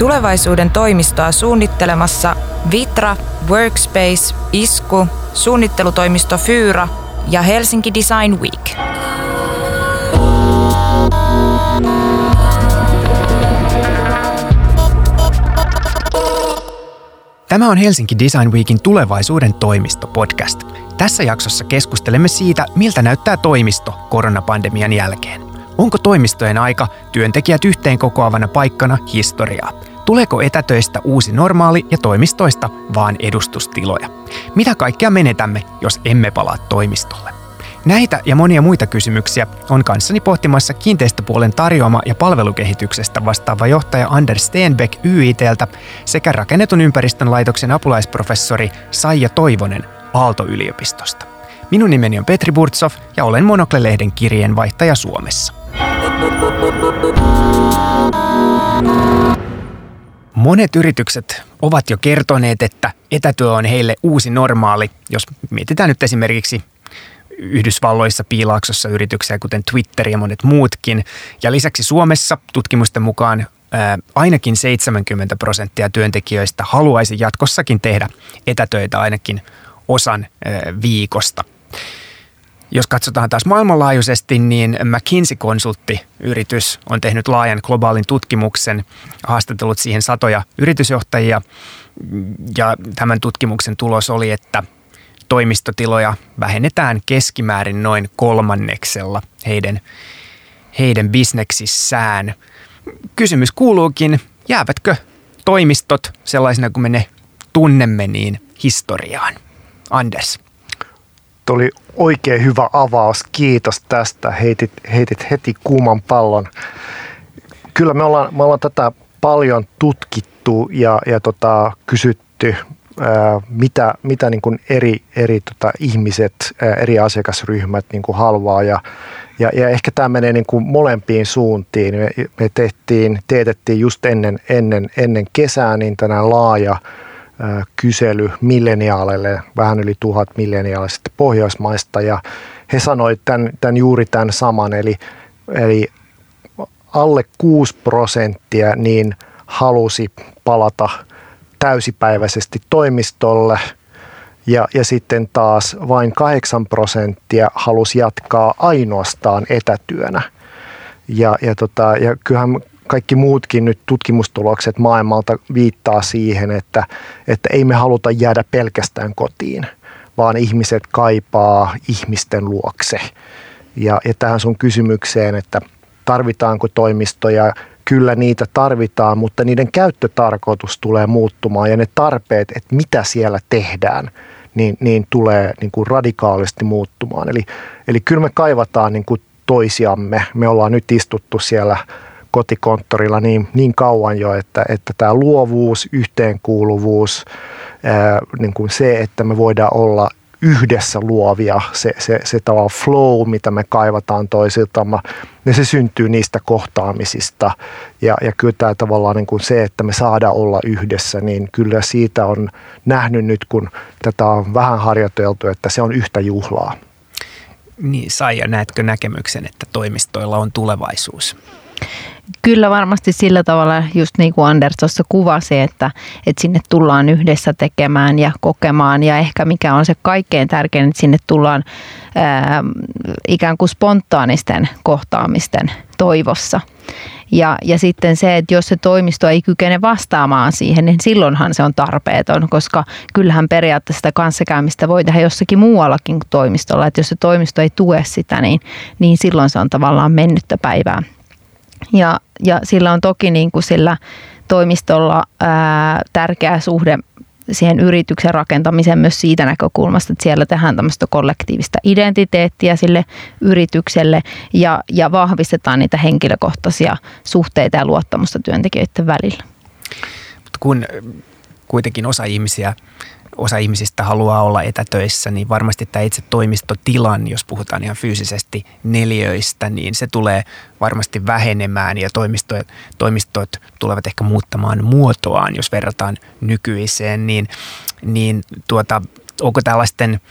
Tulevaisuuden toimistoa suunnittelemassa Vitra, Workspace, Isku, suunnittelutoimisto Fyra ja Helsinki Design Week. Tämä on Helsinki Design Weekin tulevaisuuden toimisto-podcast. Tässä jaksossa keskustelemme siitä, miltä näyttää toimisto koronapandemian jälkeen. Onko toimistojen aika työntekijät yhteen kokoavana paikkana historiaa? Tuleeko etätöistä uusi normaali ja toimistoista vaan edustustiloja? Mitä kaikkea menetämme, jos emme palaa toimistolle? Näitä ja monia muita kysymyksiä on kanssani pohtimassa kiinteistöpuolen tarjoama- ja palvelukehityksestä vastaava johtaja Anders Stenbeck YIT:ltä sekä rakennetun ympäristön laitoksen apulaisprofessori Saija Toivonen Aalto-yliopistosta. Minun nimeni on Petri Burtsoff ja olen Monocle-lehden kirjeenvaihtaja Suomessa. Monet yritykset ovat jo kertoneet, että etätyö on heille uusi normaali, jos mietitään nyt esimerkiksi Yhdysvalloissa piilaaksossa yrityksiä, kuten Twitter ja monet muutkin. Ja lisäksi Suomessa tutkimusten mukaan ainakin 70% työntekijöistä haluaisi jatkossakin tehdä etätöitä ainakin osan viikosta. Jos katsotaan taas maailmanlaajuisesti, niin McKinsey-konsulttiyritys on tehnyt laajan globaalin tutkimuksen, haastatellut siihen satoja yritysjohtajia ja tämän tutkimuksen tulos oli, että toimistotiloja vähennetään keskimäärin noin 1/3 heidän bisneksissään. Kysymys kuuluukin, jäävätkö toimistot sellaisina kuin me ne tunnemme niin historiaan? Anders. Tuo oli oikein hyvä avaus. Kiitos tästä. Heitit heti kuuman pallon. Kyllä me ollaan tätä paljon tutkittu ja kysytty, mitä niin kuin eri ihmiset, eri asiakasryhmät niin kuin haluaa ja ehkä tämä menee niin kuin molempiin suuntiin. Me teetettiin just ennen kesää niin tänään laaja kysely milleniaaleille, vähän yli 1000 milleniaalista Pohjoismaista ja he sanoivat juuri tämän saman, eli alle 6% niin halusi palata täysipäiväisesti toimistolle ja sitten taas vain 8% halusi jatkaa ainoastaan etätyönä. Ja kyllähän kaikki muutkin nyt tutkimustulokset maailmalta viittaa siihen, että ei me haluta jäädä pelkästään kotiin, vaan ihmiset kaipaa ihmisten luokse. Ja tähän sun kysymykseen, että tarvitaanko toimistoja, kyllä niitä tarvitaan, mutta niiden käyttötarkoitus tulee muuttumaan ja ne tarpeet, että mitä siellä tehdään, niin tulee niin kuin radikaalisti muuttumaan. Eli kyllä me kaivataan niin kuin toisiamme. Me ollaan nyt istuttu siellä kotikonttorilla niin kauan jo, että tämä luovuus, yhteenkuuluvuus, niin kuin se, että me voidaan olla yhdessä luovia, se tavallaan flow, mitä me kaivataan toisiltamme, niin se syntyy niistä kohtaamisista. Ja kyllä tämä tavallaan niin kuin se, että me saadaan olla yhdessä, niin kyllä siitä on nähnyt nyt, kun tätä on vähän harjoiteltu, että se on yhtä juhlaa. Niin, Saija, näetkö näkemyksen, että toimistoilla on tulevaisuus? Kyllä varmasti sillä tavalla, just niin kuin Anders tuossa kuvasi, että sinne tullaan yhdessä tekemään ja kokemaan ja ehkä mikä on se kaikkein tärkein, että sinne tullaan ikään kuin spontaanisten kohtaamisten toivossa. Ja sitten se, että jos se toimisto ei kykene vastaamaan siihen, niin silloinhan se on tarpeeton, koska kyllähän periaatteessa sitä kanssakäymistä voi tehdä jossakin muuallakin kuin toimistolla. Että jos se toimisto ei tue sitä, niin silloin se on tavallaan mennyttä päivää. Ja sillä on toki niin kuin sillä toimistolla tärkeä suhde siihen yrityksen rakentamiseen myös siitä näkökulmasta, että siellä tehdään tämmöistä kollektiivista identiteettiä sille yritykselle ja vahvistetaan niitä henkilökohtaisia suhteita ja luottamusta työntekijöiden välillä. Mutta kun kuitenkin osa ihmisistä haluaa olla etätöissä, niin varmasti tämä itse toimistotilan, jos puhutaan ihan fyysisesti neliöistä, niin se tulee varmasti vähenemään ja toimistot tulevat ehkä muuttamaan muotoaan, jos verrataan nykyiseen, niin onko tällaisten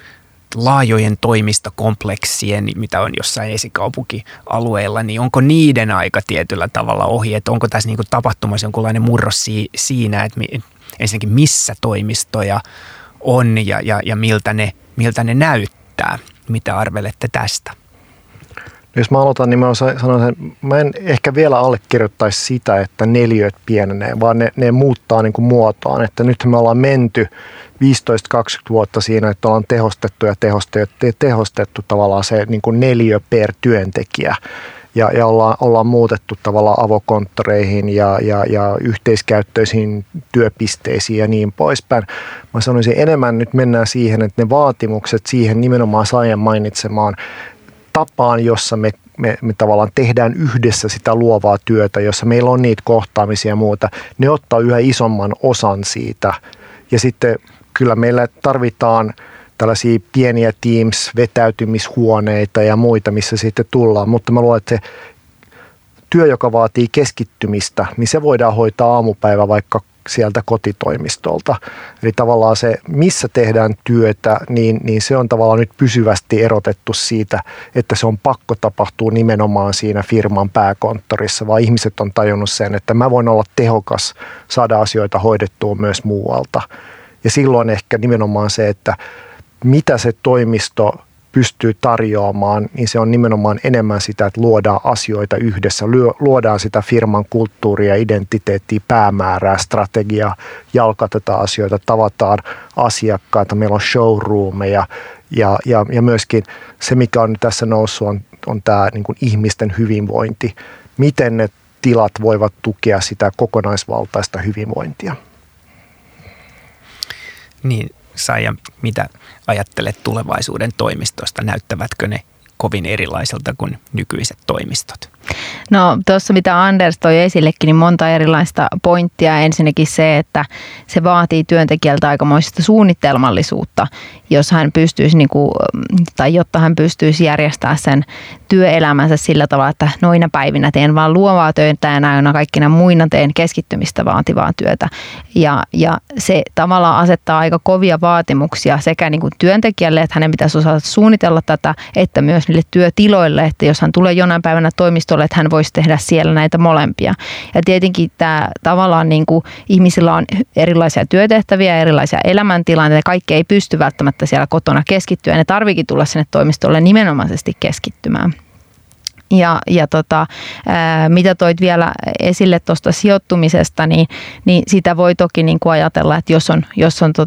laajojen toimistokompleksien, mitä on jossain esikaupunkialueella, niin onko niiden aika tietyllä tavalla ohi, että onko tässä niin kuin tapahtumassa jonkunlainen murros siinä, että ensinnäkin missä toimistoja on ja miltä ne näyttää, mitä arvelette tästä? Jos mä aloitan, niin mä sanon, että mä en ehkä vielä allekirjoittaisi sitä, että neliöt pienenee, vaan ne muuttaa niin kuin muotoaan. Että nyt me ollaan menty 15-20 vuotta siinä, että ollaan tehostettu tavallaan se niin kuin neliö per työntekijä. Ja ollaan muutettu tavallaan avokonttoreihin ja yhteiskäyttöisiin työpisteisiin ja niin poispäin. Mä sanoisin enemmän nyt mennään siihen, että ne vaatimukset siihen nimenomaan Saijan mainitsemaan tapaan, jossa me tavallaan tehdään yhdessä sitä luovaa työtä, jossa meillä on niitä kohtaamisia ja muuta, ne ottaa yhä isomman osan siitä. Ja sitten kyllä meillä tarvitaan tällaisia pieniä Teams-vetäytymishuoneita ja muita, missä sitten tullaan. Mutta mä luulen, että se työ, joka vaatii keskittymistä, niin se voidaan hoitaa aamupäivä vaikka sieltä kotitoimistolta. Eli tavallaan se, missä tehdään työtä, niin se on tavallaan nyt pysyvästi erotettu siitä, että se on pakko tapahtua nimenomaan siinä firman pääkonttorissa, vaan ihmiset on tajunnut sen, että mä voin olla tehokas, saada asioita hoidettua myös muualta. Ja silloin ehkä nimenomaan se, että mitä se toimisto pystyy tarjoamaan, niin se on nimenomaan enemmän sitä, että luodaan asioita yhdessä, luodaan sitä firman kulttuuria, identiteettiä, päämäärää, strategiaa, jalkatetaan asioita, tavataan asiakkaita, meillä on showroomeja ja myöskin se, mikä on tässä noussut, on tämä niin kuin ihmisten hyvinvointi. Miten ne tilat voivat tukea sitä kokonaisvaltaista hyvinvointia? Niin, Saija, mitä ajattelet tulevaisuuden toimistoista? Näyttävätkö ne kovin erilaiselta kuin nykyiset toimistot? No tuossa mitä Anders toi esillekin, niin monta erilaista pointtia. Ensinnäkin se, että se vaatii työntekijältä aikamoista suunnitelmallisuutta, jos hän pystyisi, tai jotta hän pystyisi järjestämään sen työelämänsä sillä tavalla, että noina päivinä teen vaan luovaa työtä ja näinä kaikkina muina teen keskittymistä vaativaa työtä. Ja se tavallaan asettaa aika kovia vaatimuksia sekä niin kuin työntekijälle, että hänen pitäisi osata suunnitella tätä, että myös niille työtiloille, että jos hän tulee jonain päivänä toimistolle, että hän voisi tehdä siellä näitä molempia. Ja tietenkin tämä tavallaan niin kuin ihmisillä on erilaisia työtehtäviä, erilaisia elämäntilanteita, kaikki ei pysty välttämättä siellä kotona keskittyä, ja ne tarviikin tulla sinne toimistolle nimenomaisesti keskittymään. Mitä toit vielä esille tuosta sijoittumisesta, niin sitä voi toki niin kuin ajatella, että jos on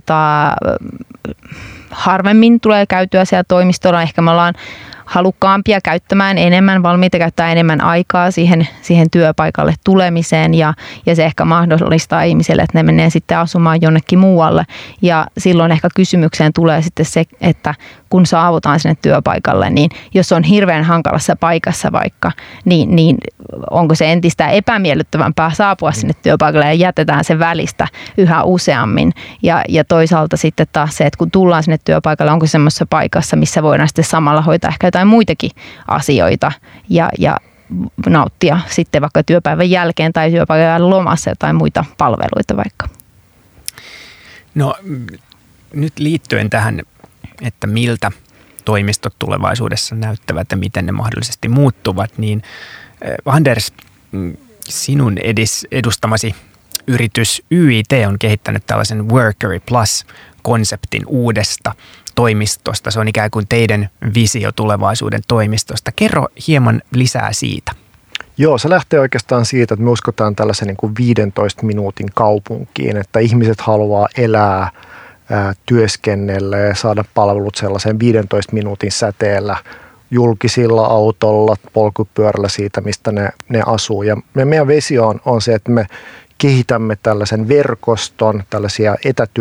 harvemmin tulee käytyä siellä toimistolla, ehkä me ollaan halukkaampia käyttämään enemmän, valmiita käyttää enemmän aikaa siihen työpaikalle tulemiseen ja se ehkä mahdollistaa ihmiselle, että ne menee sitten asumaan jonnekin muualle. Ja silloin ehkä kysymykseen tulee sitten se, että kun saavutaan sinne työpaikalle, niin jos on hirveän hankalassa paikassa vaikka, niin onko se entistä epämiellyttävämpää saapua sinne työpaikalle ja jätetään se välistä yhä useammin. Ja toisaalta sitten taas se, että kun tullaan sinne työpaikalle, onko semmoisessa paikassa, missä voidaan sitten samalla hoitaa ehkä jotain muitakin asioita ja nauttia sitten vaikka työpäivän jälkeen tai työpäivän lomassa jotain muita palveluita vaikka. No nyt liittyen tähän, että miltä toimistot tulevaisuudessa näyttävät ja miten ne mahdollisesti muuttuvat, niin Anders, sinun edustamasi yritys YIT on kehittänyt tällaisen Workery Plus-konseptin uudesta toimistosta. Se on ikään kuin teidän visio tulevaisuuden toimistosta. Kerro hieman lisää siitä. Joo, se lähtee oikeastaan siitä, että me uskotaan tällaisen niin kuin 15 minuutin kaupunkiin, että ihmiset haluaa elää, työskennellä ja saada palvelut sellaisen 15 minuutin säteellä julkisilla autolla, polkupyörällä siitä, mistä ne asuu. Ja meidän visio on se, että me kehitämme tällaisen verkoston, tällaisia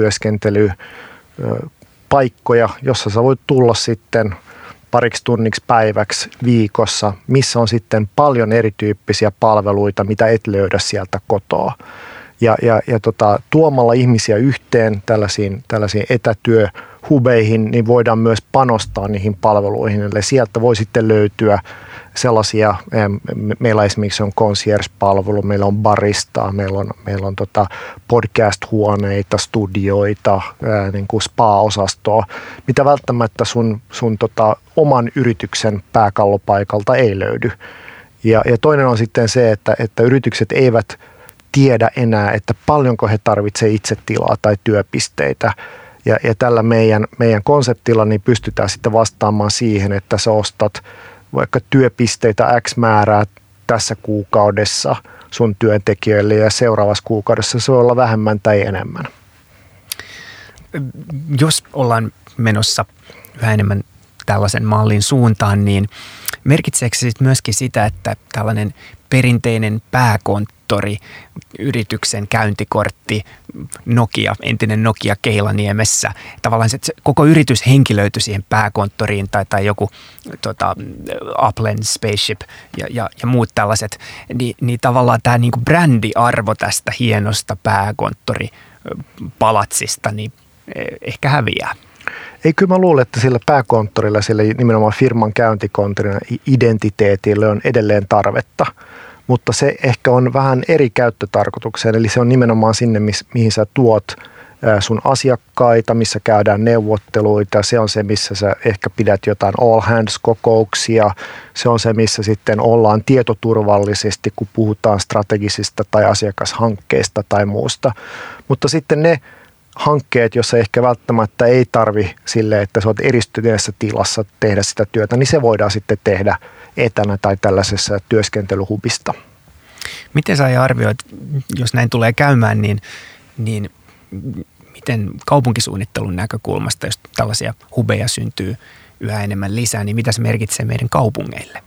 etätyöskentelypaikkoja, jossa sä voit tulla sitten pariksi tunniksi päiväksi viikossa, missä on sitten paljon erityyppisiä palveluita, mitä et löydä sieltä kotoa. Ja tuomalla ihmisiä yhteen tällaisiin etätyöpaikkoihin, hubeihin, niin voidaan myös panostaa niihin palveluihin. Eli sieltä voi sitten löytyä sellaisia, meillä esimerkiksi on concierge-palvelu, meillä on baristaa, meillä on podcast-huoneita, studioita, niin kuin spa-osastoa, mitä välttämättä sun oman yrityksen pääkallopaikalta ei löydy. Ja toinen on sitten se, että yritykset eivät tiedä enää, että paljonko he tarvitsevat itse tilaa tai työpisteitä. Ja tällä meidän konseptilla niin pystytään sitten vastaamaan siihen, että sä ostat vaikka työpisteitä X määrää tässä kuukaudessa sun työntekijöille ja seuraavassa kuukaudessa se voi olla vähemmän tai enemmän. Jos ollaan menossa yhä enemmän tällaisen mallin suuntaan, niin merkitseekö se myöskin sitä, että tällainen perinteinen pääkonttori, yrityksen käyntikortti, Nokia, entinen Nokia Keilaniemessä, tavallaan se koko yritys henkilöity siihen pääkonttoriin tai joku Applen Spaceship ja muut tällaiset, niin tavallaan tämä niinku brändiarvo tästä hienosta pääkonttoripalatsista niin ehkä häviää. Ei, kyllä mä luulen, että sillä pääkonttorilla, sillä nimenomaan firman käyntikontorina identiteetille on edelleen tarvetta, mutta se ehkä on vähän eri käyttötarkoitukseen, eli se on nimenomaan sinne, mihin sä tuot sun asiakkaita, missä käydään neuvotteluita, se on se, missä sä ehkä pidät jotain all hands-kokouksia, se on se, missä sitten ollaan tietoturvallisesti, kun puhutaan strategisista tai asiakashankkeista tai muusta, mutta sitten ne hankkeet, jossa ehkä välttämättä ei tarvi sille, että sä oot eristyneessä tilassa tehdä sitä työtä, niin se voidaan sitten tehdä etänä tai tällaisessa työskentelyhubista. Miten sä arvioit, jos näin tulee käymään, niin miten kaupunkisuunnittelun näkökulmasta, jos tällaisia hubeja syntyy yhä enemmän lisää, niin mitä se merkitsee meidän kaupungeille?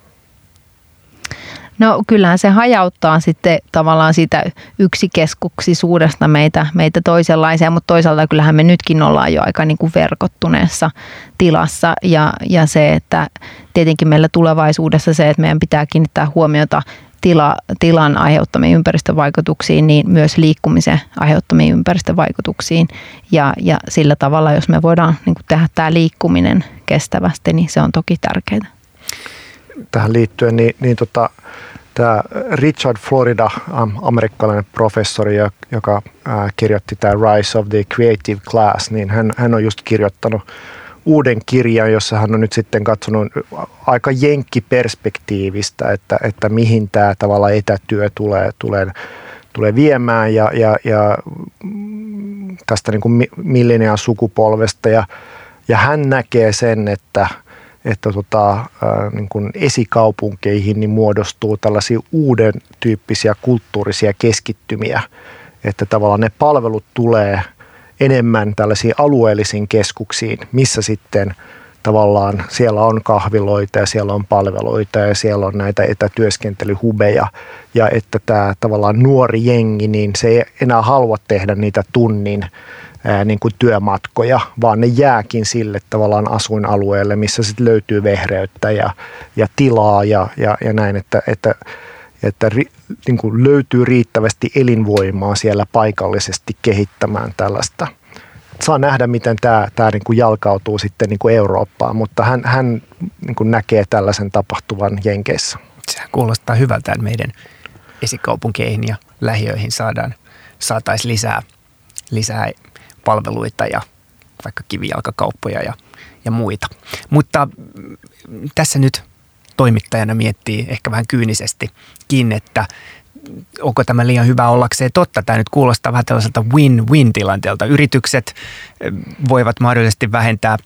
No kyllähän se hajauttaa sitten tavallaan siitä yksikeskuksisuudesta meitä toisenlaisia, mutta toisaalta kyllähän me nytkin ollaan jo aika niin kuin verkottuneessa tilassa ja se, että tietenkin meillä tulevaisuudessa se, että meidän pitää kiinnittää huomiota tilan aiheuttamiin ympäristövaikutuksiin, niin myös liikkumisen aiheuttamiin ympäristövaikutuksiin ja sillä tavalla, jos me voidaan niin kuin tehdä tämä liikkuminen kestävästi, niin se on toki tärkeää. Tähän liittyen, tämä Richard Florida, amerikkalainen professori, joka kirjoitti tämä Rise of the Creative Class, niin hän on just kirjoittanut uuden kirjan, jossa hän on nyt sitten katsonut aika jenkkiperspektiivistä, että mihin tämä tavalla etätyö tulee viemään ja tästä niin kuin millennial-sukupolvesta ja hän näkee sen, että niin kuin esikaupunkeihin niin muodostuu tällaisia uuden tyyppisiä kulttuurisia keskittymiä, että tavallaan ne palvelut tulee enemmän tällaisiin alueellisiin keskuksiin, missä sitten tavallaan siellä on kahviloita ja siellä on palveluita ja siellä on näitä etätyöskentelyhubeja ja että tämä tavallaan nuori jengi, niin se ei enää halua tehdä niitä tunnin niin kuin työmatkoja, vaan ne jääkin sille tavallaan asuinalueelle, missä sitten löytyy vehreyttä ja tilaa ja näin, että niin kuin löytyy riittävästi elinvoimaa siellä paikallisesti kehittämään tällaista. Saa nähdä, miten tämä niin kuin jalkautuu sitten niin kuin Eurooppaan, mutta hän niin kuin näkee tällaisen tapahtuvan Jenkeissä. Sehän kuulostaa hyvältä, että meidän esikaupunkeihin ja lähiöihin saataisiin lisää palveluita ja vaikka kivijalkakauppoja ja muita. Mutta tässä nyt toimittajana miettii ehkä vähän kyynisestikin, että onko tämä liian hyvä ollakseen totta. Tämä nyt kuulostaa vähän tällaiselta win-win-tilanteelta. Yritykset voivat mahdollisesti vähentää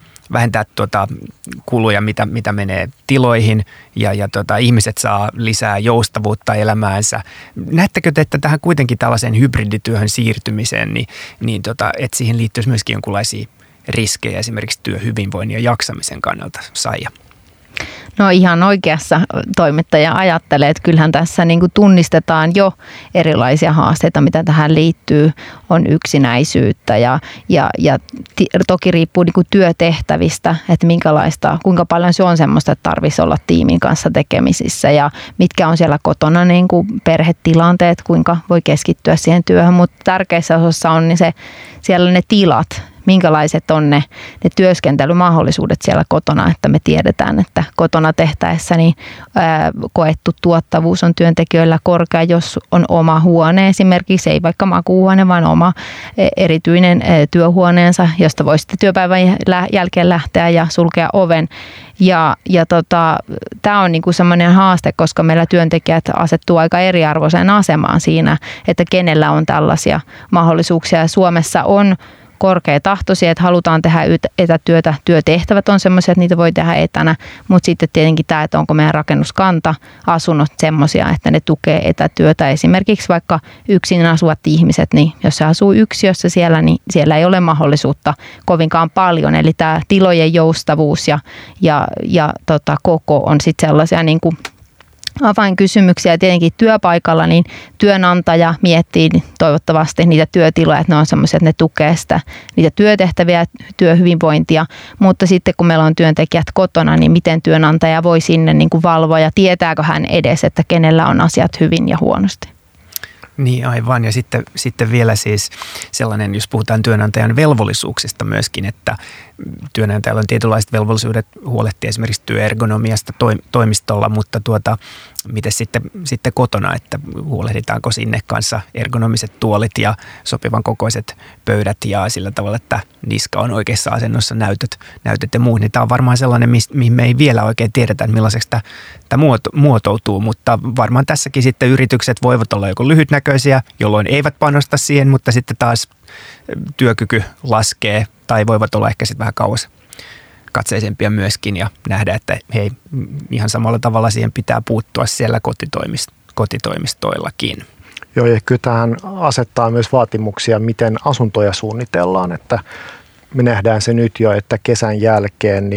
kuluja, mitä menee tiloihin ja ihmiset saa lisää joustavuutta elämäänsä. Näettekö te, että tähän kuitenkin tällaiseen hybridityöhön siirtymiseen, että siihen liittyisi myöskin jonkinlaisia riskejä esimerkiksi työhyvinvoinnin ja jaksamisen kannalta, Saija? No ihan oikeassa toimittaja ajattelee, että kyllähän tässä niin kuin tunnistetaan jo erilaisia haasteita, mitä tähän liittyy, on yksinäisyyttä ja toki riippuu niin kuin työtehtävistä, että kuinka paljon se on semmoista, että tarvitsisi olla tiimin kanssa tekemisissä ja mitkä on siellä kotona niin kuin perhetilanteet, kuinka voi keskittyä siihen työhön, mutta tärkeissä osassa on niin siellä ne tilat, minkälaiset on ne työskentelymahdollisuudet siellä kotona, että me tiedetään, että kotona tehtäessä niin koettu tuottavuus on työntekijöillä korkea, jos on oma huone esimerkiksi, ei vaikka makuuhuone, vaan oma erityinen työhuoneensa, josta voi sitten työpäivän jälkeen lähteä ja sulkea oven. Tämä on niinku semmoinen haaste, koska meillä työntekijät asettuu aika eriarvoiseen asemaan siinä, että kenellä on tällaisia mahdollisuuksia. Suomessa on korkeatahtoisia, että halutaan tehdä etätyötä. Työtehtävät on semmoisia, että niitä voi tehdä etänä, mutta sitten tietenkin tämä, että onko meidän rakennuskanta, asunnot semmoisia, että ne tukee etätyötä. Esimerkiksi vaikka yksin asuvat ihmiset, niin jos se asuu yksiössä siellä, niin siellä ei ole mahdollisuutta kovinkaan paljon. Eli tämä tilojen joustavuus ja koko on sitten sellaisia niin kuin avainkysymyksiä. Tietenkin työpaikalla niin työnantaja miettii toivottavasti niitä työtiloja, että ne on semmoisia, että ne tukee sitä, niitä työtehtäviä, työhyvinvointia, mutta sitten kun meillä on työntekijät kotona, niin miten työnantaja voi sinne niin kuin valvoa ja tietääkö hän edes, että kenellä on asiat hyvin ja huonosti. Niin aivan, ja sitten vielä siis sellainen, jos puhutaan työnantajan velvollisuuksista myöskin, että työnantajalla on tietynlaiset velvollisuudet huolehtia esimerkiksi työergonomiasta toimistolla, mutta miten sitten kotona, että huolehditaanko sinne kanssa ergonomiset tuolit ja sopivan kokoiset pöydät ja sillä tavalla, että niska on oikeassa asennossa, näytöt ja muut. Niin tämä on varmaan sellainen, mihin me ei vielä oikein tiedetä, että millaiseksi tämä muotoutuu, mutta varmaan tässäkin sitten yritykset voivat olla joko lyhytnäköisiä, jolloin eivät panosta siihen, mutta sitten taas työkyky laskee tai voivat olla ehkä sitten vähän kauas katseisempia myöskin ja nähdä, että hei, ihan samalla tavalla siihen pitää puuttua siellä kotitoimistoillakin. Joo, ja kyllä tähän asettaa myös vaatimuksia, miten asuntoja suunnitellaan, että me nähdään se nyt jo, että kesän jälkeen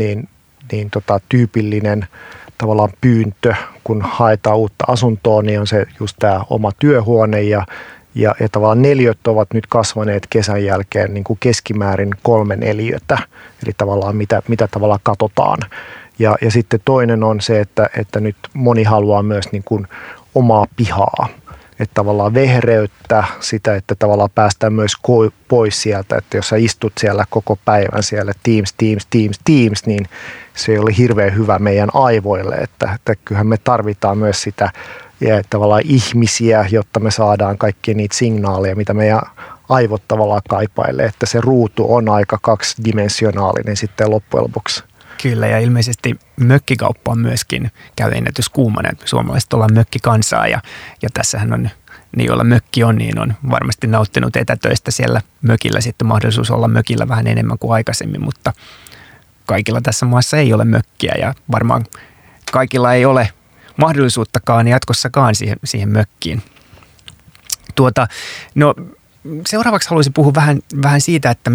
tyypillinen tavallaan pyyntö, kun haetaan uutta asuntoa, niin on se just tämä oma työhuone ja tavallaan neliöt ovat nyt kasvaneet kesän jälkeen niin kuin keskimäärin 3 neliötä, eli tavallaan mitä tavallaan katsotaan. Ja sitten toinen on se, että nyt moni haluaa myös niin kuin omaa pihaa, että tavallaan vehreyttä, sitä, että tavallaan päästään myös pois sieltä, että jos sä istut siellä koko päivän siellä Teams, niin se ei ole hirveän hyvä meidän aivoille, että kyllähän me tarvitaan myös sitä ja tavallaan ihmisiä, jotta me saadaan kaikkia niitä signaaleja, mitä meidän aivot tavallaan kaipailee, että se ruutu on aika kaksidimensionaalinen sitten loppujen lopuksi. Kyllä, ja ilmeisesti mökkikauppa on myöskin käy ennätyskuumana, että suomalaiset ollaan mökkikansaa ja tässähän on, niin joilla mökki on, niin on varmasti nauttinut etätöistä siellä mökillä, sitten mahdollisuus olla mökillä vähän enemmän kuin aikaisemmin, mutta kaikilla tässä maassa ei ole mökkiä ja varmaan kaikilla ei ole mahdollisuuttakaan jatkossakaan siihen mökkiin. Seuraavaksi haluaisin puhua vähän siitä, että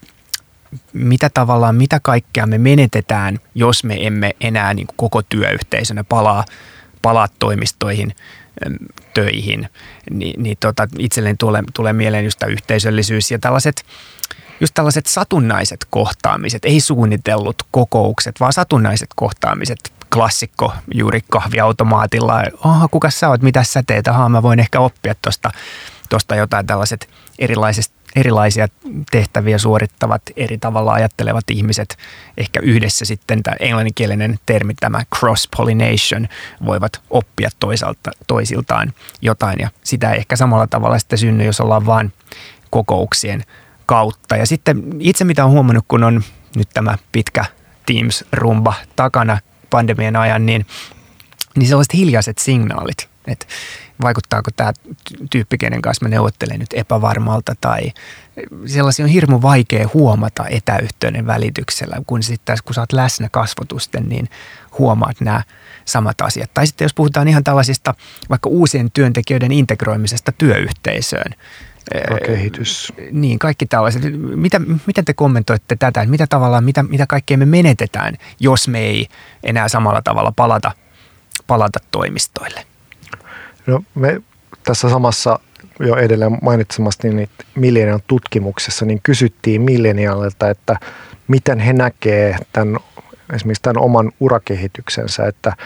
mitä kaikkea me menetetään, jos me emme enää niin kuin koko työyhteisönä palaa toimistoihin töihin. Itselleni tulee mieleen just tämä yhteisöllisyys ja tällaiset satunnaiset kohtaamiset, ei suunnitellut kokoukset, vaan satunnaiset kohtaamiset. Klassikko juuri kahviautomaatilla. Kuka sä oot, mitä sä teet? Mä voin ehkä oppia tuosta jotain tällaiset erilaisia tehtäviä suorittavat, eri tavalla ajattelevat ihmiset. Ehkä yhdessä sitten tämä englanninkielinen termi, tämä cross-pollination, voivat oppia toisiltaan jotain. Ja sitä ei ehkä samalla tavalla sitten synny, jos ollaan vaan kokouksien kautta. Ja sitten itse mitä on huomannut, kun on nyt tämä pitkä Teams-rumba takana pandemian ajan, niin sellaiset hiljaiset signaalit, että vaikuttaako tämä tyyppi, kenen kanssa mä neuvottelen nyt epävarmalta tai sellaisia on hirmu vaikea huomata etäyhteyden välityksellä, kun sitten kun sä oot läsnä kasvotusten, niin huomaat nämä samat asiat. Tai sitten jos puhutaan ihan tällaisista vaikka uusien työntekijöiden integroimisesta työyhteisöön. Kehitys. Niin, kaikki tällaiset. Miten te kommentoitte tätä? Mitä kaikkea me menetetään, jos me ei enää samalla tavalla palata toimistoille? No me tässä samassa jo edelleen mainitsemasti niin Millennial tutkimuksessa niin kysyttiin milleniaalilta, että miten he näkee esimerkiksi tämän oman urakehityksensä, että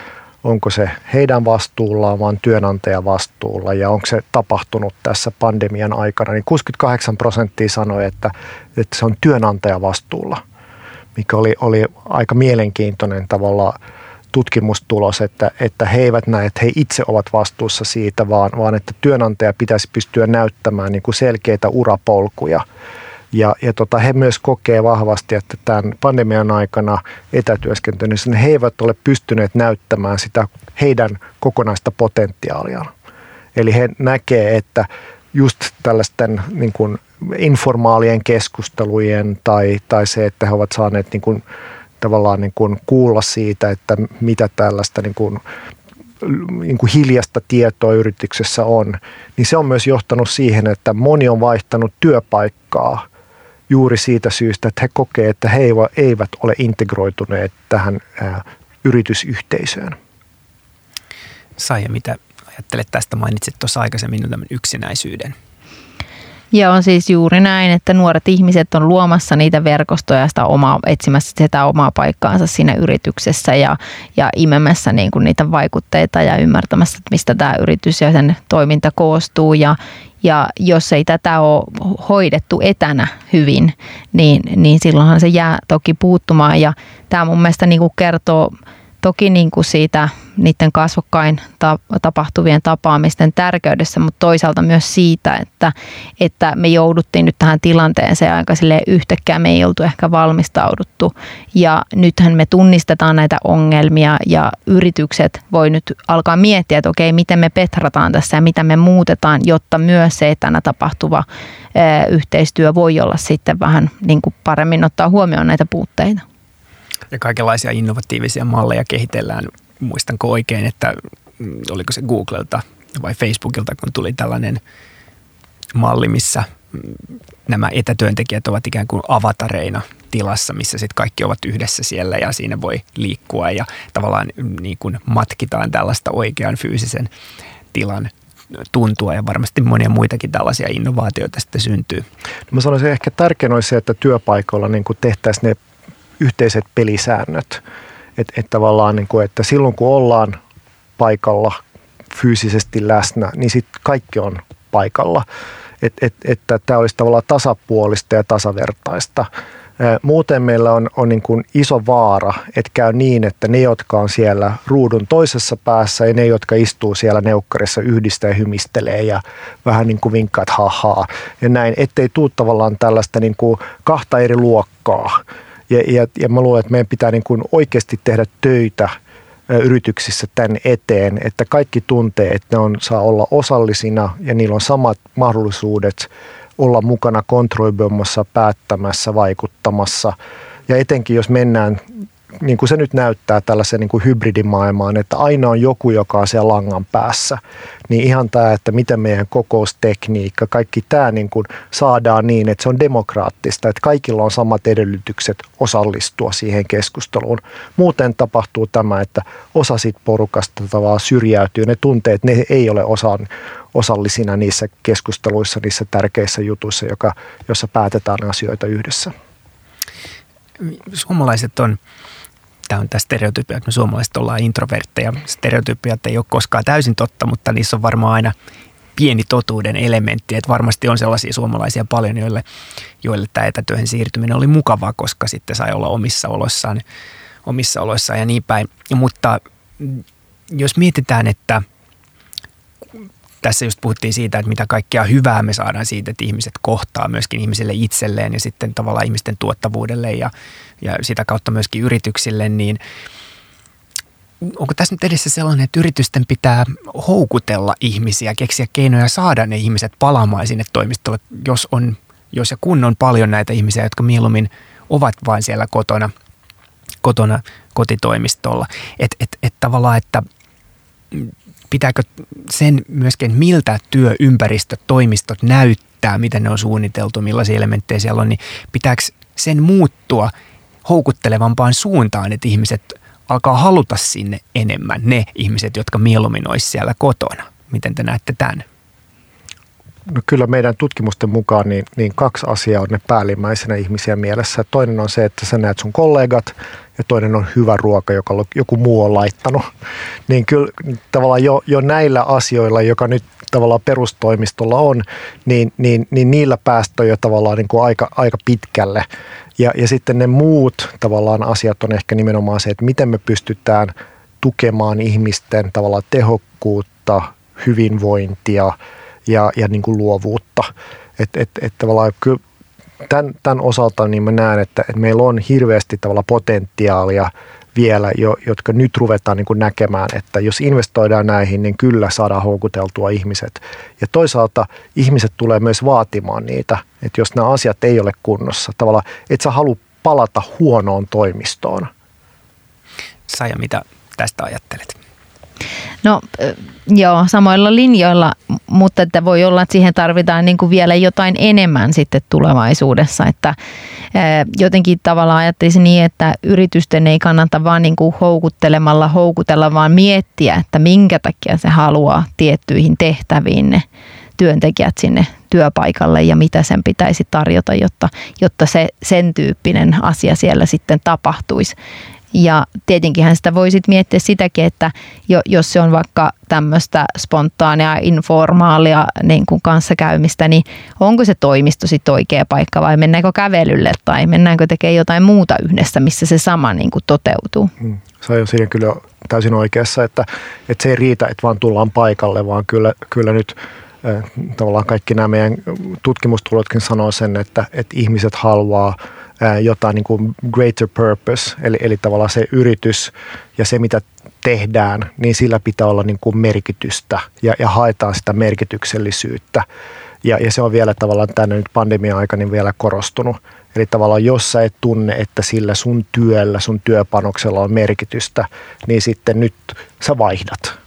onko se heidän vastuullaan, vaan työnantajan vastuulla ja onko se tapahtunut tässä pandemian aikana, niin 68% sanoi, että se on työnantajan vastuulla, mikä oli aika mielenkiintoinen tavalla tutkimustulos, että he eivät näe, että he itse ovat vastuussa siitä, vaan että työnantaja pitäisi pystyä näyttämään niin kuin selkeitä urapolkuja. Ja he myös kokee vahvasti, että tämän pandemian aikana etätyöskentelyssä he eivät ole pystyneet näyttämään sitä heidän kokonaista potentiaaliaan. Eli he näkee, että just tällaisten niin kuin informaalien keskustelujen tai se, että he ovat saaneet niin kuin, tavallaan niin kuin kuulla siitä, että mitä tällaista niin kuin hiljasta tietoa yrityksessä on, niin se on myös johtanut siihen, että moni on vaihtanut työpaikkaa juuri siitä syystä, että he kokee, että he eivät ole integroituneet tähän yritysyhteisöön. Saija, mitä ajattelet tästä? Mainitsit tuossa aikaisemmin tämän yksinäisyyden. Ja on siis juuri näin, että nuoret ihmiset on luomassa niitä verkostoja, etsimässä sitä omaa paikkaansa siinä yrityksessä ja imemässä niin kuin niitä vaikutteita ja ymmärtämässä, että mistä tämä yritys ja sen toiminta koostuu. Ja jos ei tätä ole hoidettu etänä hyvin, niin silloinhan se jää toki puuttumaan. Ja tämä mun mielestä niin kuin kertoo toki niin kuin siitä niiden kasvokkain tapahtuvien tapaamisten tärkeydessä, mutta toisaalta myös siitä, että me jouduttiin nyt tähän tilanteeseen aika silleen yhtäkkiä, me ei oltu ehkä valmistauduttu. Ja nythän me tunnistetaan näitä ongelmia ja yritykset voi nyt alkaa miettiä, että okei, miten me petrataan tässä ja mitä me muutetaan, jotta myös se etänä tapahtuva yhteistyö voi olla sitten vähän niin kuin paremmin ottaa huomioon näitä puutteita. Ja kaikenlaisia innovatiivisia malleja kehitellään. Muistanko oikein, että oliko se Googlelta vai Facebookilta, kun tuli tällainen malli, missä nämä etätyöntekijät ovat ikään kuin avatareina tilassa, missä sitten kaikki ovat yhdessä siellä ja siinä voi liikkua ja tavallaan niin kuin matkitaan tällaista oikean fyysisen tilan tuntua ja varmasti monia muitakin tällaisia innovaatioita sitten syntyy. No mä sanoisin, ehkä tärkein olisi se, että työpaikoilla niin kuin tehtäisiin ne yhteiset pelisäännöt, että tavallaan niin kuin, että silloin kun ollaan paikalla fyysisesti läsnä, niin sitten kaikki on paikalla, että tämä olisi tavallaan tasapuolista ja tasavertaista. Muuten meillä on niin kuin iso vaara, että käy niin, että ne, jotka on siellä ruudun toisessa päässä ja ne, jotka istuu siellä neukkarissa yhdistä ja hymistelee ja vähän niin kuin vinkkaa, että hahaa ja näin, ettei tule tavallaan tällaista niin kuin kahta eri luokkaa. Ja mä luulen, että meidän pitää niin kuin oikeasti tehdä töitä yrityksissä tämän eteen, että kaikki tuntee, että ne saa olla osallisina ja niillä on samat mahdollisuudet olla mukana kontrolloimassa, päättämässä, vaikuttamassa. Ja etenkin jos mennään, niin kuin se nyt näyttää tällaisen niin kuin hybridimaailmaan, että aina on joku, joka on siellä langan päässä, niin ihan tämä, että miten meidän kokoustekniikka, kaikki tämä niin kuin saadaan niin, että se on demokraattista, että kaikilla on samat edellytykset osallistua siihen keskusteluun. Muuten tapahtuu tämä, että osa siitä porukasta tavallaan syrjäytyy, ne tuntee, että ne ei ole osallisina niissä keskusteluissa, niissä tärkeissä jutuissa, jossa päätetään asioita yhdessä. Suomalaiset on, tämä on tämä stereotypia, että me suomalaiset ollaan introvertteja. Stereotypiat ei ole koskaan täysin totta, mutta niissä on varmaan aina pieni totuuden elementti. Että varmasti on sellaisia suomalaisia paljon, joille tämä etätyöhön siirtyminen oli mukavaa, koska sitten sai olla omissa oloissaan ja niin päin. Mutta jos mietitään, että tässä just puhuttiin siitä, että mitä kaikkea hyvää me saadaan siitä, että ihmiset kohtaa myöskin ihmisille itselleen ja sitten tavallaan ihmisten tuottavuudelle ja sitä kautta myöskin yrityksille, niin onko tässä nyt edessä sellainen, että yritysten pitää houkutella ihmisiä, keksiä keinoja saada ne ihmiset palaamaan sinne toimistolle, jos ja kun on paljon näitä ihmisiä, jotka mieluummin ovat vain siellä kotona kotitoimistolla. Että tavallaan, että pitääkö sen myöskin, miltä työympäristöt, toimistot näyttää, miten ne on suunniteltu, millaisia elementtejä siellä on, niin pitääkö sen muuttua houkuttelevampaan suuntaan, että ihmiset alkaa haluta sinne enemmän, ne ihmiset, jotka mieluummin olisi siellä kotona. Miten te näette tämän? No kyllä meidän tutkimusten mukaan niin 2 asiaa on ne päällimmäisenä ihmisiä mielessä. Toinen on se, että sä näet sun kollegat ja toinen on hyvä ruoka, joka joku muu on laittanut. Niin kyllä tavallaan jo näillä asioilla, joka nyt tavallaan perustoimistolla on, niin niillä päästään jo tavallaan niin kuin aika pitkälle. Ja sitten ne muut tavallaan asiat on ehkä nimenomaan se, että miten me pystytään tukemaan ihmisten tavallaan tehokkuutta, hyvinvointia ja niin kuin luovuutta. Että tavallaan kyllä tämän osalta niin mä näen, että meillä on hirveästi tavallaan potentiaalia vielä, jotka nyt ruvetaan niin kuin näkemään, että jos investoidaan näihin, niin kyllä saadaan houkuteltua ihmiset. Ja toisaalta ihmiset tulee myös vaatimaan niitä, että jos nämä asiat ei ole kunnossa, tavallaan et sä halua palata huonoon toimistoon. Saija, mitä tästä ajattelet? No joo, samoilla linjoilla, mutta että voi olla, että siihen tarvitaan niin kuin vielä jotain enemmän sitten tulevaisuudessa. Että jotenkin tavallaan ajattelisin niin, että yritysten ei kannata vaan niin kuin houkutella, vaan miettiä, että minkä takia se haluaa tiettyihin tehtäviin ne työntekijät sinne työpaikalle ja mitä sen pitäisi tarjota, jotta se sen tyyppinen asia siellä sitten tapahtuisi. Ja tietenkinhän sitä voi sitten miettiä sitäkin, että jos se on vaikka tämmöistä spontaania, informaalia niin kuin kanssakäymistä, niin onko se toimisto sitten oikea paikka vai mennäänkö kävelylle tai mennäänkö tekemään jotain muuta yhdessä, missä se sama niin kuin toteutuu? Se on jo siinä kyllä täysin oikeassa, että se ei riitä, että vaan tullaan paikalle, vaan kyllä nyt tavallaan kaikki nämä meidän tutkimustulotkin sanoo sen, että ihmiset haluaa jotain niin kuin greater purpose, eli tavallaan se yritys ja se, mitä tehdään, niin sillä pitää olla niin kuin merkitystä ja haetaan sitä merkityksellisyyttä. Ja se on vielä tavallaan tänne nyt pandemia-aika niin vielä korostunut. Eli tavallaan jos sä et tunne, että sillä sun työllä, sun työpanoksella on merkitystä, niin sitten nyt sä vaihdat.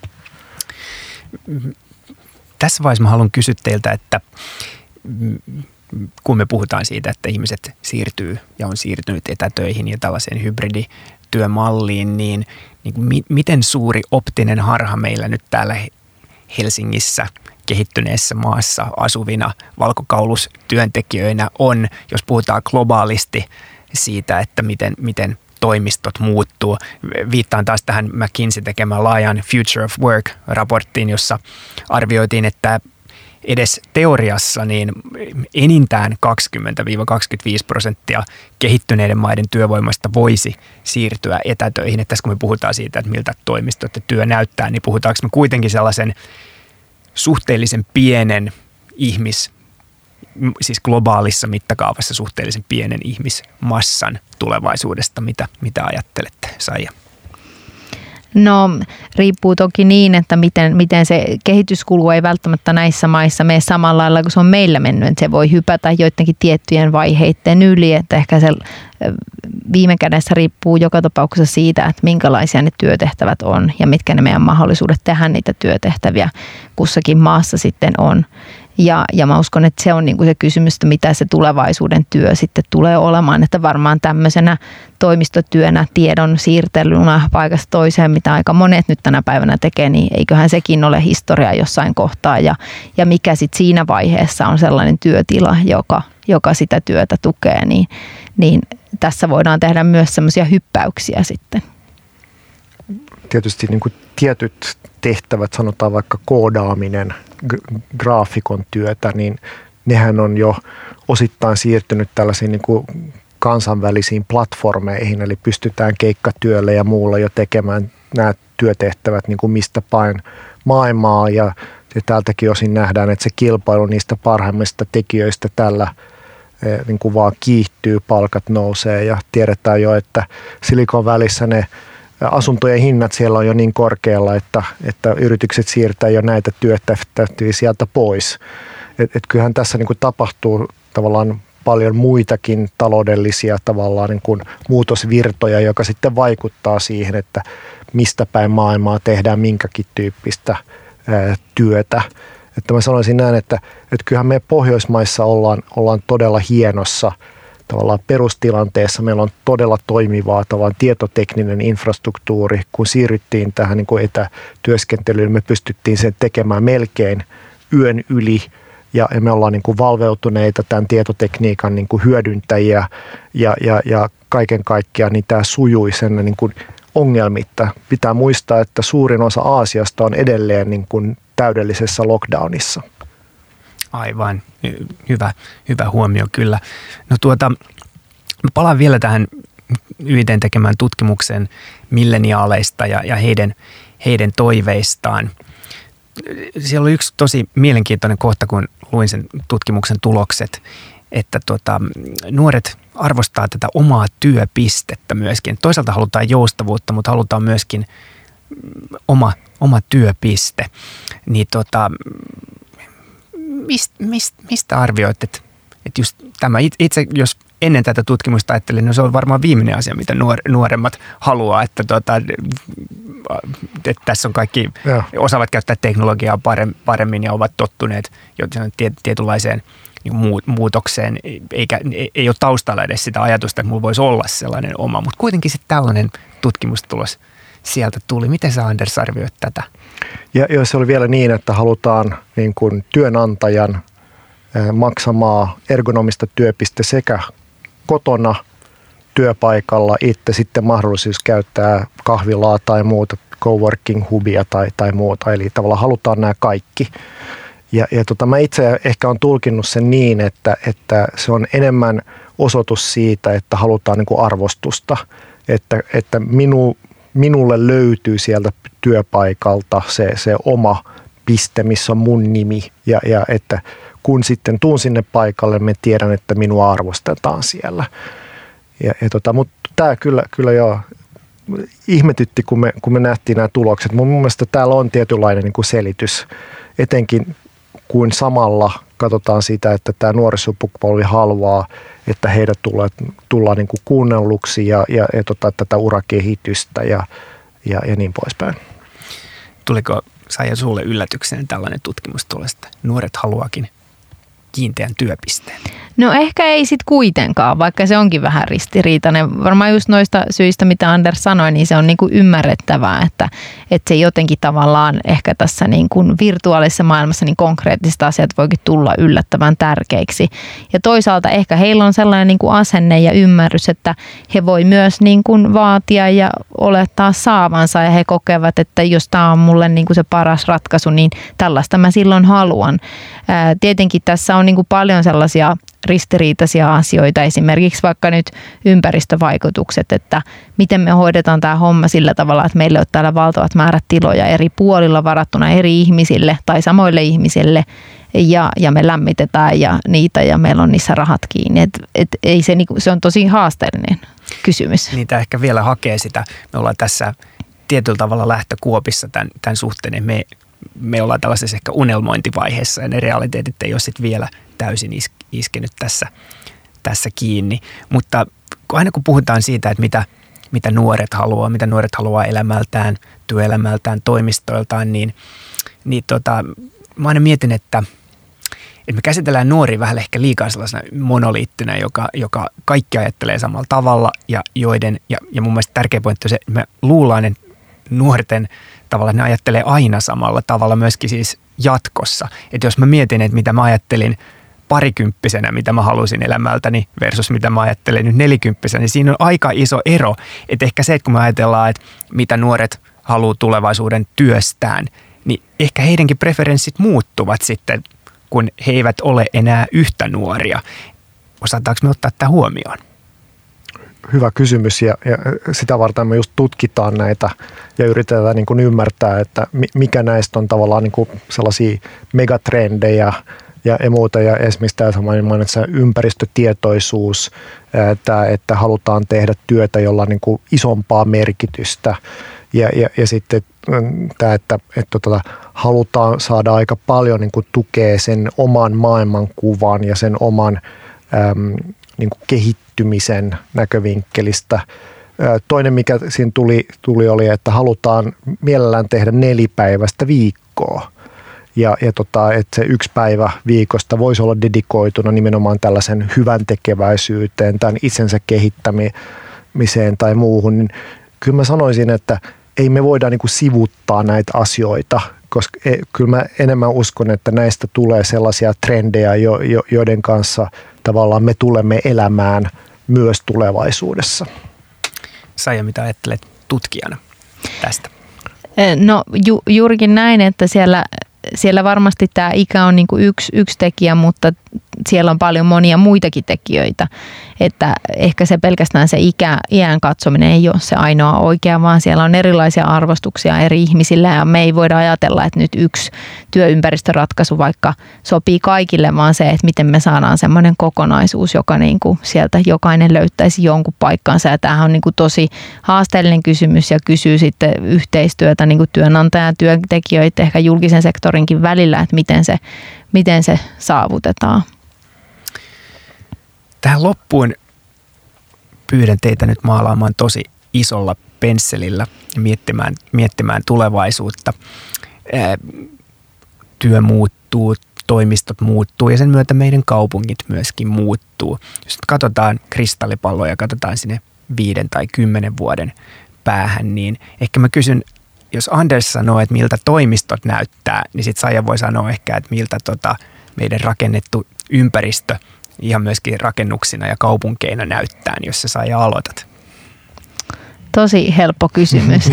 Tässä vaiheessa mä haluan kysyä teiltä, että kun me puhutaan siitä, että ihmiset siirtyy ja on siirtynyt etätöihin ja tällaiseen hybridityömalliin, niin miten suuri optinen harha meillä nyt täällä Helsingissä kehittyneessä maassa asuvina valkokaulustyöntekijöinä on, jos puhutaan globaalisti siitä, että miten toimistot muuttuu. Viittaan taas tähän McKinsey tekemään laajan Future of Work-raporttiin, jossa arvioitiin, että edes teoriassa niin enintään 20-25% kehittyneiden maiden työvoimasta voisi siirtyä etätöihin. Että tässä kun me puhutaan siitä, että miltä toimistot ja työ näyttää, niin puhutaanko me kuitenkin sellaisen suhteellisen pienen siis globaalissa mittakaavassa suhteellisen pienen ihmismassan tulevaisuudesta. Mitä ajattelette, Saija? No riippuu toki niin, että miten se kehityskulu ei välttämättä näissä maissa mene samalla lailla kuin se on meillä mennyt. Että se voi hypätä joidenkin tiettyjen vaiheiden yli, että ehkä se viime kädessä riippuu joka tapauksessa siitä, että minkälaisia ne työtehtävät on ja mitkä ne meidän mahdollisuudet tehdä niitä työtehtäviä kussakin maassa sitten on. Ja mä uskon, että se on niin kuin se kysymys, että mitä se tulevaisuuden työ sitten tulee olemaan, että varmaan tämmöisenä toimistotyönä, tiedon siirtelynä paikasta toiseen, mitä aika monet nyt tänä päivänä tekee, niin eiköhän sekin ole historia jossain kohtaa ja mikä sitten siinä vaiheessa on sellainen työtila, joka sitä työtä tukee, niin tässä voidaan tehdä myös semmoisia hyppäyksiä sitten. Tietysti niin kuin tietyt tehtävät, sanotaan vaikka koodaaminen, graafikon työtä, niin nehän on jo osittain siirtynyt tällaisiin niin kuin kansainvälisiin platformeihin, eli pystytään keikkatyöllä ja muulla jo tekemään nämä työtehtävät niin kuin mistä päin maailmaa, ja täältäkin osin nähdään, että se kilpailu niistä parhaimmista tekijöistä tällä niin kuin vaan kiihtyy, palkat nousee, ja tiedetään jo, että Silicon Valleyssä ne asuntojen hinnat siellä on jo niin korkealla, että yritykset siirtää jo näitä työtehtäviä sieltä pois. Et kyllähän tässä niin kuin tapahtuu tavallaan paljon muitakin taloudellisia tavallaan niin kuin muutosvirtoja, joka sitten vaikuttaa siihen, että mistä päin maailmaa tehdään minkäkin tyyppistä työtä. Että mä sanoisin näin, että kyllähän me Pohjoismaissa ollaan todella hienossa tavallaan perustilanteessa. Meillä on todella toimivaa tavallaan tietotekninen infrastruktuuri. Kun siirryttiin tähän niin kuin etätyöskentelyyn, me pystyttiin sen tekemään melkein yön yli ja me ollaan niin kuin valveutuneita tämän tietotekniikan niin kuin hyödyntäjiä ja kaiken kaikkiaan niin tämä sujui sen niin kuin ongelmitta. Pitää muistaa, että suurin osa Aasiasta on edelleen niin kuin täydellisessä lockdownissa. Aivan. Hyvä huomio kyllä. No palaan vielä tähän YIT:n tekemään tutkimuksen milleniaaleista ja heidän toiveistaan. Siellä oli yksi tosi mielenkiintoinen kohta, kun luin sen tutkimuksen tulokset, että nuoret arvostaa tätä omaa työpistettä myöskin. Toisaalta halutaan joustavuutta, mutta halutaan myöskin oma työpiste. Niin mistä arvioit, että just tämä itse, jos ennen tätä tutkimusta ajattelin, niin se on varmaan viimeinen asia, mitä nuoremmat haluaa, että tässä on kaikki osaavat käyttää teknologiaa paremmin ja ovat tottuneet tietynlaiseen muutokseen, ei ole taustalla edes sitä ajatusta, että mulla voisi olla sellainen oma, mutta kuitenkin sitten tällainen tutkimustulos sieltä tuli. Miten sä, Anders, arvioit tätä? Ja se oli vielä niin, että halutaan niin kuin työnantajan maksamaa ergonomista työpiste sekä kotona työpaikalla itse sitten mahdollisuus käyttää kahvilaa tai muuta coworking-hubia tai muuta. Eli tavallaan halutaan nämä kaikki. Ja mä itse ehkä olen tulkinnut sen niin, että se on enemmän osoitus siitä, että halutaan niin kuin arvostusta. Että minulle löytyy sieltä työpaikalta se oma piste, missä on mun nimi. Ja että kun sitten tuun sinne paikalle, me tiedän, että minua arvostetaan siellä. Mutta tämä kyllä joo ihmetytti, kun me nähtiin nämä tulokset. Mun mielestä täällä on tietynlainen niin kuin selitys, etenkin kuin samalla katsotaan sitä, että tämä nuori sukupolvi haluaa, että heidät tullaan niin kuin kuunnelluksi ja tätä urakehitystä ja niin poispäin. Tuliko Saija sulle yllätyksenä tällainen tutkimustulos, että nuoret haluakin kiinteän työpisteen? No ehkä ei sitten kuitenkaan, vaikka se onkin vähän ristiriitainen. Varmaan just noista syistä, mitä Anders sanoi, niin se on niinku ymmärrettävää, että se jotenkin tavallaan ehkä tässä niinku virtuaalisessa maailmassa niin konkreettiset asiat voikin tulla yllättävän tärkeiksi. Ja toisaalta ehkä heillä on sellainen niinku asenne ja ymmärrys, että he voi myös niinku vaatia ja olettaa saavansa ja he kokevat, että jos tämä on mulle niinku se paras ratkaisu, niin tällaista mä silloin haluan. Tietenkin tässä on niinku paljon sellaisia ristiriitaisia asioita, esimerkiksi vaikka nyt ympäristövaikutukset, että miten me hoidetaan tämä homma sillä tavalla, että meillä on täällä valtavat määrät tiloja eri puolilla varattuna eri ihmisille tai samoille ihmisille ja me lämmitetään niitä ja meillä on niissä rahat kiinni. Ei se on tosi haasteellinen kysymys. Niitä ehkä vielä hakee sitä. Me ollaan tässä tietyllä tavalla lähtökuopissa tämän suhteen. Me ollaan tällaisessa ehkä unelmointivaiheessa ja ne realiteetit ei ole sitten vielä täysin iskenyt tässä kiinni. Mutta aina kun puhutaan siitä, että mitä nuoret haluaa elämältään, työelämältään, toimistoiltaan, niin mä aina mietin, että me käsitellään nuoria vähän ehkä liikaa sellaisena monoliittina, joka kaikki ajattelee samalla tavalla ja mun mielestä tärkeä pointti on se, että me luullaan, että nuorten tavallaan ne ajattelee aina samalla tavalla myöskin siis jatkossa. Että jos mä mietin, että mitä mä ajattelin parikymppisenä, mitä mä halusin elämältäni versus mitä mä ajattelen nyt nelikymppisenä, niin siinä on aika iso ero. Että ehkä se, että kun me ajatellaan, että mitä nuoret haluaa tulevaisuuden työstään, niin ehkä heidänkin preferenssit muuttuvat sitten, kun he eivät ole enää yhtä nuoria. Osataanko me ottaa tämä huomioon? Hyvä kysymys ja sitä varten me just tutkitaan näitä ja yritetään niin kuin ymmärtää, että mikä näistä on tavallaan niin kuin sellaisia megatrendejä ja muuta. Ja esimerkiksi tämä samainen ympäristötietoisuus, että halutaan tehdä työtä, jolla on niin kuin isompaa merkitystä ja sitten tämä, että halutaan saada aika paljon niin kuin tukea sen oman maailmankuvan ja sen oman niin kuin kehittymisen näkövinkkelistä. Toinen, mikä siinä tuli oli, että halutaan mielellään tehdä 4-päiväistä viikkoa. Ja että se 1 päivä viikosta voisi olla dedikoituna nimenomaan tällaisen hyvän tekeväisyyteen, tämän itsensä kehittämiseen tai muuhun. Niin kyllä mä sanoisin, että ei me voida niin kuin sivuttaa näitä asioita. koska kyllä mä enemmän uskon, että näistä tulee sellaisia trendejä, joiden kanssa tavallaan me tulemme elämään myös tulevaisuudessa. Saija, mitä ajattelet tutkijana tästä? No juurikin näin, että siellä varmasti tämä ikä on niin kuin yksi tekijä, mutta siellä on paljon monia muitakin tekijöitä. Että ehkä se pelkästään se iän katsominen ei ole se ainoa oikea, vaan siellä on erilaisia arvostuksia eri ihmisillä ja me ei voida ajatella, että nyt yksi työympäristöratkaisu vaikka sopii kaikille, vaan se, että miten me saadaan semmoinen kokonaisuus, joka niin kuin sieltä jokainen löytäisi jonkun paikkansa. Ja tämähän on niin kuin tosi haasteellinen kysymys ja kysyy sitten yhteistyötä niin kuin työnantajan, työntekijöiden, ehkä julkisen sektorinkin välillä, että miten se saavutetaan. Tähän loppuun pyydän teitä nyt maalaamaan tosi isolla pensselillä ja miettimään tulevaisuutta. Työ muuttuu, toimistot muuttuu ja sen myötä meidän kaupungit myöskin muuttuu. Jos katsotaan kristallipalloa ja katsotaan sinne 5 tai 10 vuoden päähän, niin ehkä mä kysyn, jos Anders sanoo, että miltä toimistot näyttää, niin sitten Saija voi sanoa ehkä, että miltä meidän rakennettu ympäristö ihan myöskin rakennuksina ja kaupunkeina näyttää, niin jos sä Saija aloitat. Tosi helppo kysymys.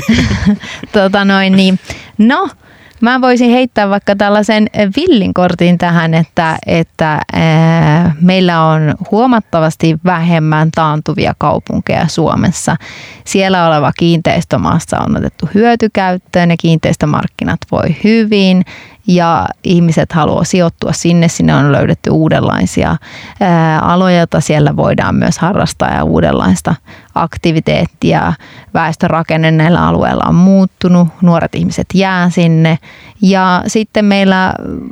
No, mä voisin heittää vaikka tällaisen villin kortin tähän, että meillä on huomattavasti vähemmän taantuvia kaupunkeja Suomessa. Siellä oleva kiinteistömassa on otettu hyötykäyttöön ja kiinteistömarkkinat voi hyvin ja ihmiset haluaa sijoittua sinne on löydetty uudenlaisia aloja, joita siellä voidaan myös harrastaa ja uudenlaista aktiviteettia. Väestörakenne näillä alueilla on muuttunut, nuoret ihmiset jää sinne ja sitten meillä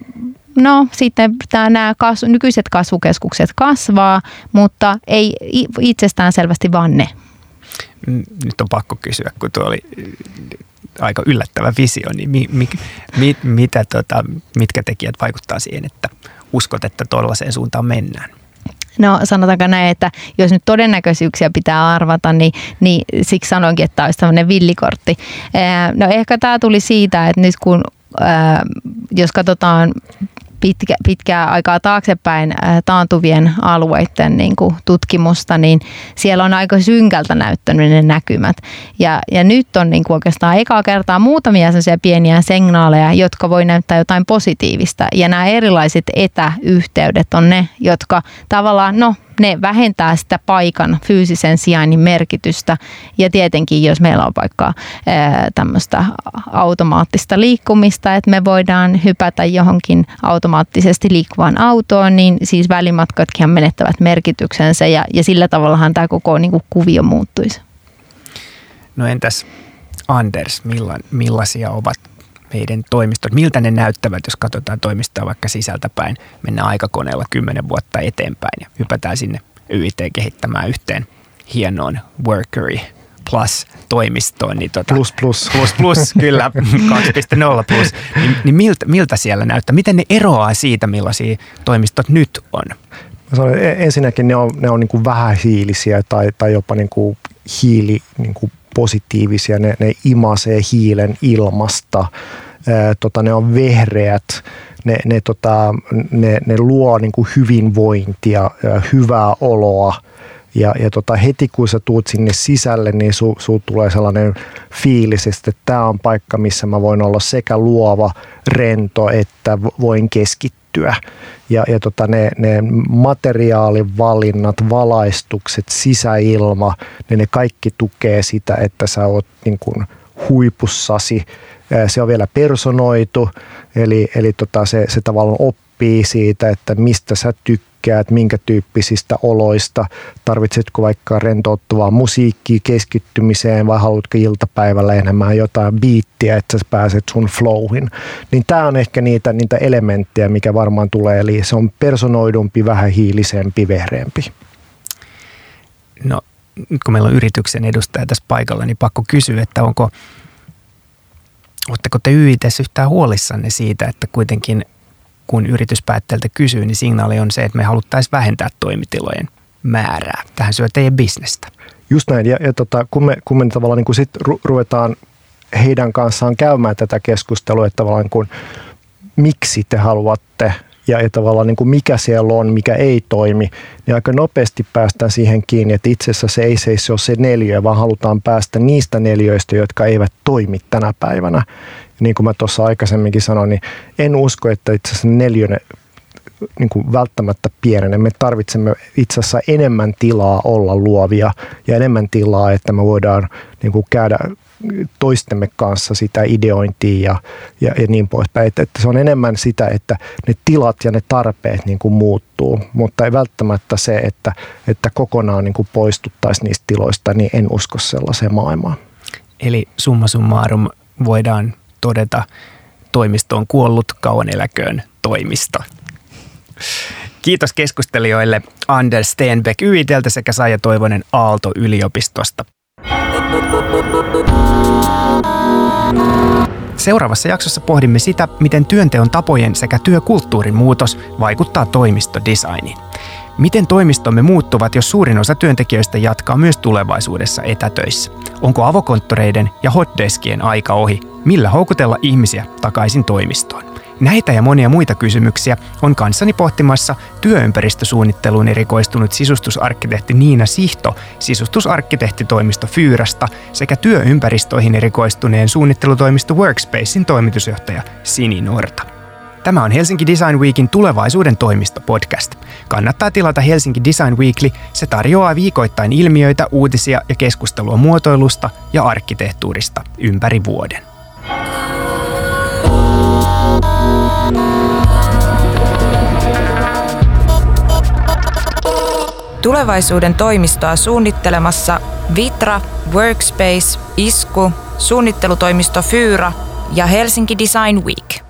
nämä nykyiset kasvukeskukset kasvaa, mutta ei itsestään selvästi vaan ne. Nyt on pakko kysyä, kun tuo oli aika yllättävä visio, niin mitkä tekijät vaikuttaa siihen, että uskot, että tuollaiseen suuntaan mennään? No sanotaanko näin, että jos nyt todennäköisyyksiä pitää arvata, niin siksi sanoinkin, että tämä olisi tämmöinen villikortti. No ehkä tämä tuli siitä, että nyt kun jos katsotaan pitkää aikaa taaksepäin taantuvien alueiden niin kuin tutkimusta, niin siellä on aika synkältä näyttänyt ne näkymät. Ja nyt on niin kuin oikeastaan ekaa kertaa muutamia sellaisia pieniä signaaleja, jotka voi näyttää jotain positiivista. Ja nämä erilaiset etäyhteydet on ne, jotka tavallaan, ne vähentää sitä paikan fyysisen sijainnin merkitystä ja tietenkin jos meillä on vaikka tämmöistä automaattista liikkumista, että me voidaan hypätä johonkin automaattisesti liikkuvaan autoon, niin siis välimatkatkin menettävät merkityksensä ja sillä tavallahan tämä koko niin kuin kuvio muuttuisi. No entäs Anders, millaisia ovat meidän toimistot? Miltä ne näyttävät, jos katsotaan toimistoa vaikka sisältäpäin, mennään aikakoneella 10 vuotta eteenpäin ja hypätään sinne YIT kehittämään yhteen hienoon Workery Plus-toimistoon. Niin plus, kyllä, 2.0 plus. Niin miltä siellä näyttää? Miten ne eroaa siitä, millaisia toimistot nyt on? Mä sanon, ensinnäkin ne on niin kuin vähähiilisiä tai jopa niin kuin niin kuin positiivisia, ne imasee hiilen ilmasta, ne on vehreät, ne luo niin kuin hyvinvointia, hyvää oloa ja heti kun sä tuut sinne sisälle, niin sul tulee sellainen fiilis, että tämä on paikka, missä mä voin olla sekä luova, rento, että voin keskittyä. Ja ne materiaalivalinnat, valaistukset, sisäilma, ne kaikki tukee sitä, että sä oot niin kuin huipussasi. Se on vielä personoitu, eli se tavallaan oppii siitä, että mistä sä tykkäät, minkä tyyppisistä oloista. Tarvitsetko vaikka rentouttavaa musiikkia keskittymiseen vai haluatko iltapäivällä enemmän jotain biittiä, että sä pääset sun flowhin. Niin tää on ehkä niitä elementtejä, mikä varmaan tulee, eli se on personoidumpi, vähän hiilisempi, vehreämpi. No nyt kun meillä on yrityksen edustaja tässä paikalla, niin pakko kysyä, että oletteko te YIT:ssä yhtään huolissanne siitä, että kuitenkin kun yrityspäättäjältä kysyy, niin signaali on se, että me haluttaisiin vähentää toimitilojen määrää. Tähän syö teidän bisnestä. Just näin, ja kun me tavallaan niin sit ruvetaan heidän kanssaan käymään tätä keskustelua, että tavallaan kun, miksi te haluatte ja tavallaan niin kuin mikä siellä on, mikä ei toimi, niin aika nopeasti päästään siihen kiinni, että itse asiassa se ei ole se neliö, vaan halutaan päästä niistä neliöistä, jotka eivät toimi tänä päivänä. Ja niin kuin mä tuossa aikaisemminkin sanoin, niin en usko, että itse asiassa neliö niin kuin välttämättä pienenee. Me tarvitsemme itse asiassa enemmän tilaa olla luovia ja enemmän tilaa, että me voidaan niin kuin käydä toistemme kanssa sitä ideointia ja niin poispäin. Että se on enemmän sitä, että ne tilat ja ne tarpeet niin kuin muuttuu, mutta ei välttämättä se, että kokonaan niin kuin poistuttaisiin niistä tiloista, niin en usko sellaiseen maailmaan. Eli summa summarum voidaan todeta, toimisto on kuollut, kauan eläköön toimisto. Kiitos keskustelijoille Anders Stenbeck YIT:ltä sekä Saija Toivonen Aalto-yliopistosta. Seuraavassa jaksossa pohdimme sitä, miten työnteon tapojen sekä työkulttuurin muutos vaikuttaa toimistodesigniin. Miten toimistomme muuttuvat, jos suurin osa työntekijöistä jatkaa myös tulevaisuudessa etätöissä? Onko avokonttoreiden ja hotdeskien aika ohi? Millä houkutella ihmisiä takaisin toimistoon? Näitä ja monia muita kysymyksiä on kanssani pohtimassa työympäristösuunnitteluun erikoistunut sisustusarkkitehti Niina Sihto sisustusarkkitehtitoimisto Fyyrasta sekä työympäristöihin erikoistuneen suunnittelutoimisto Workspacein toimitusjohtaja Sini Norta. Tämä on Helsinki Design Weekin tulevaisuuden toimisto-podcast. Kannattaa tilata Helsinki Design Weekly. Se tarjoaa viikoittain ilmiöitä, uutisia ja keskustelua muotoilusta ja arkkitehtuurista ympäri vuoden. Tulevaisuuden toimistoa suunnittelemassa Vitra, Workspace, Isku, suunnittelutoimisto Fyra ja Helsinki Design Week.